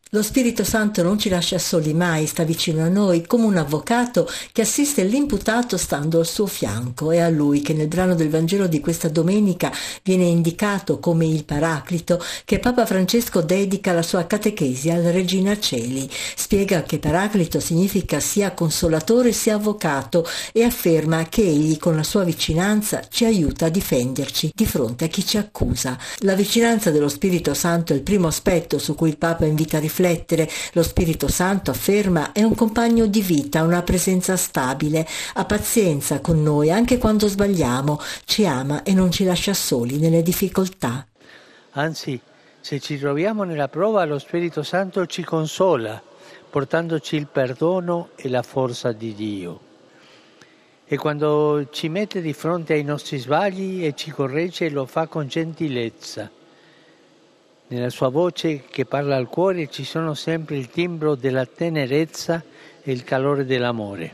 Lo Spirito Santo non ci lascia soli mai, sta vicino a noi come un avvocato che assiste l'imputato stando al suo fianco. È a lui che nel brano del Vangelo di questa domenica viene indicato come il Paraclito che Papa Francesco dedica la sua catechesi al Regina Coeli. Spiega che Paraclito significa sia consolatore sia avvocato e afferma che egli con la sua vicinanza ci aiuta a difenderci di fronte a chi ci accusa. La vicinanza dello Spirito Santo è il primo aspetto su cui il Papa invita a riflettere. Lo Spirito Santo, afferma, è un compagno di vita, una presenza stabile, ha pazienza con noi anche quando sbagliamo, ci ama e non ci lascia soli nelle difficoltà. Anzi, se ci troviamo nella prova, lo Spirito Santo ci consola, portandoci il perdono e la forza di Dio. E quando ci mette di fronte ai nostri sbagli e ci corregge, lo fa con gentilezza. Nella sua voce che parla al cuore ci sono sempre il timbro della tenerezza e il calore dell'amore.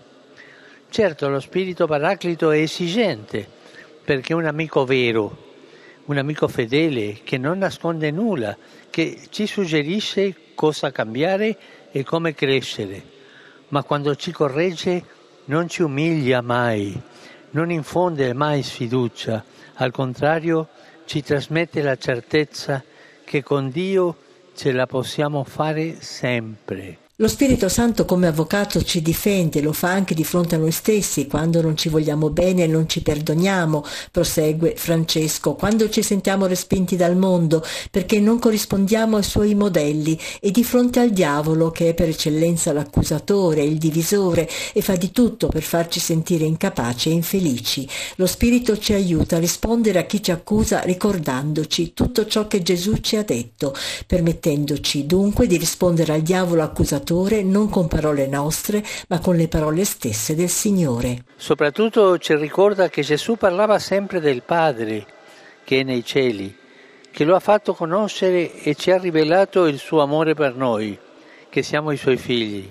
Certo, lo Spirito Paraclito è esigente, perché è un amico vero, un amico fedele che non nasconde nulla, che ci suggerisce cosa cambiare e come crescere. Ma quando ci corregge non ci umilia mai, non infonde mai sfiducia, al contrario ci trasmette la certezza che con Dio ce la possiamo fare sempre. Lo Spirito Santo come avvocato ci difende, lo fa anche di fronte a noi stessi, quando non ci vogliamo bene e non ci perdoniamo, prosegue Francesco, quando ci sentiamo respinti dal mondo perché non corrispondiamo ai suoi modelli e di fronte al diavolo che è per eccellenza l'accusatore, il divisore e fa di tutto per farci sentire incapaci e infelici. Lo Spirito ci aiuta a rispondere a chi ci accusa ricordandoci tutto ciò che Gesù ci ha detto, permettendoci dunque di rispondere al diavolo accusatore non con parole nostre, ma con le parole stesse del Signore. Soprattutto ci ricorda che Gesù parlava sempre del Padre, che è nei cieli, che lo ha fatto conoscere e ci ha rivelato il suo amore per noi, che siamo i suoi figli.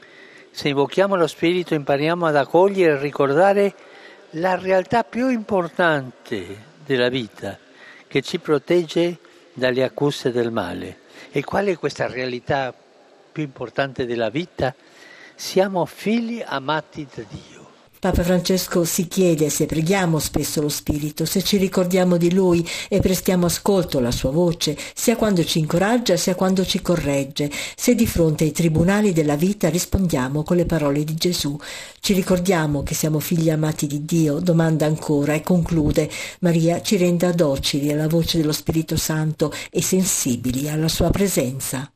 Se invochiamo lo Spirito impariamo ad accogliere e ricordare la realtà più importante della vita, che ci protegge dalle accuse del male. E qual è questa realtà più importante della vita? Siamo figli amati da Dio. Papa Francesco si chiede se preghiamo spesso lo Spirito, se ci ricordiamo di Lui e prestiamo ascolto alla sua voce, sia quando ci incoraggia sia quando ci corregge, se di fronte ai tribunali della vita rispondiamo con le parole di Gesù. Ci ricordiamo che siamo figli amati di Dio, domanda ancora e conclude: Maria ci renda docili alla voce dello Spirito Santo e sensibili alla sua presenza.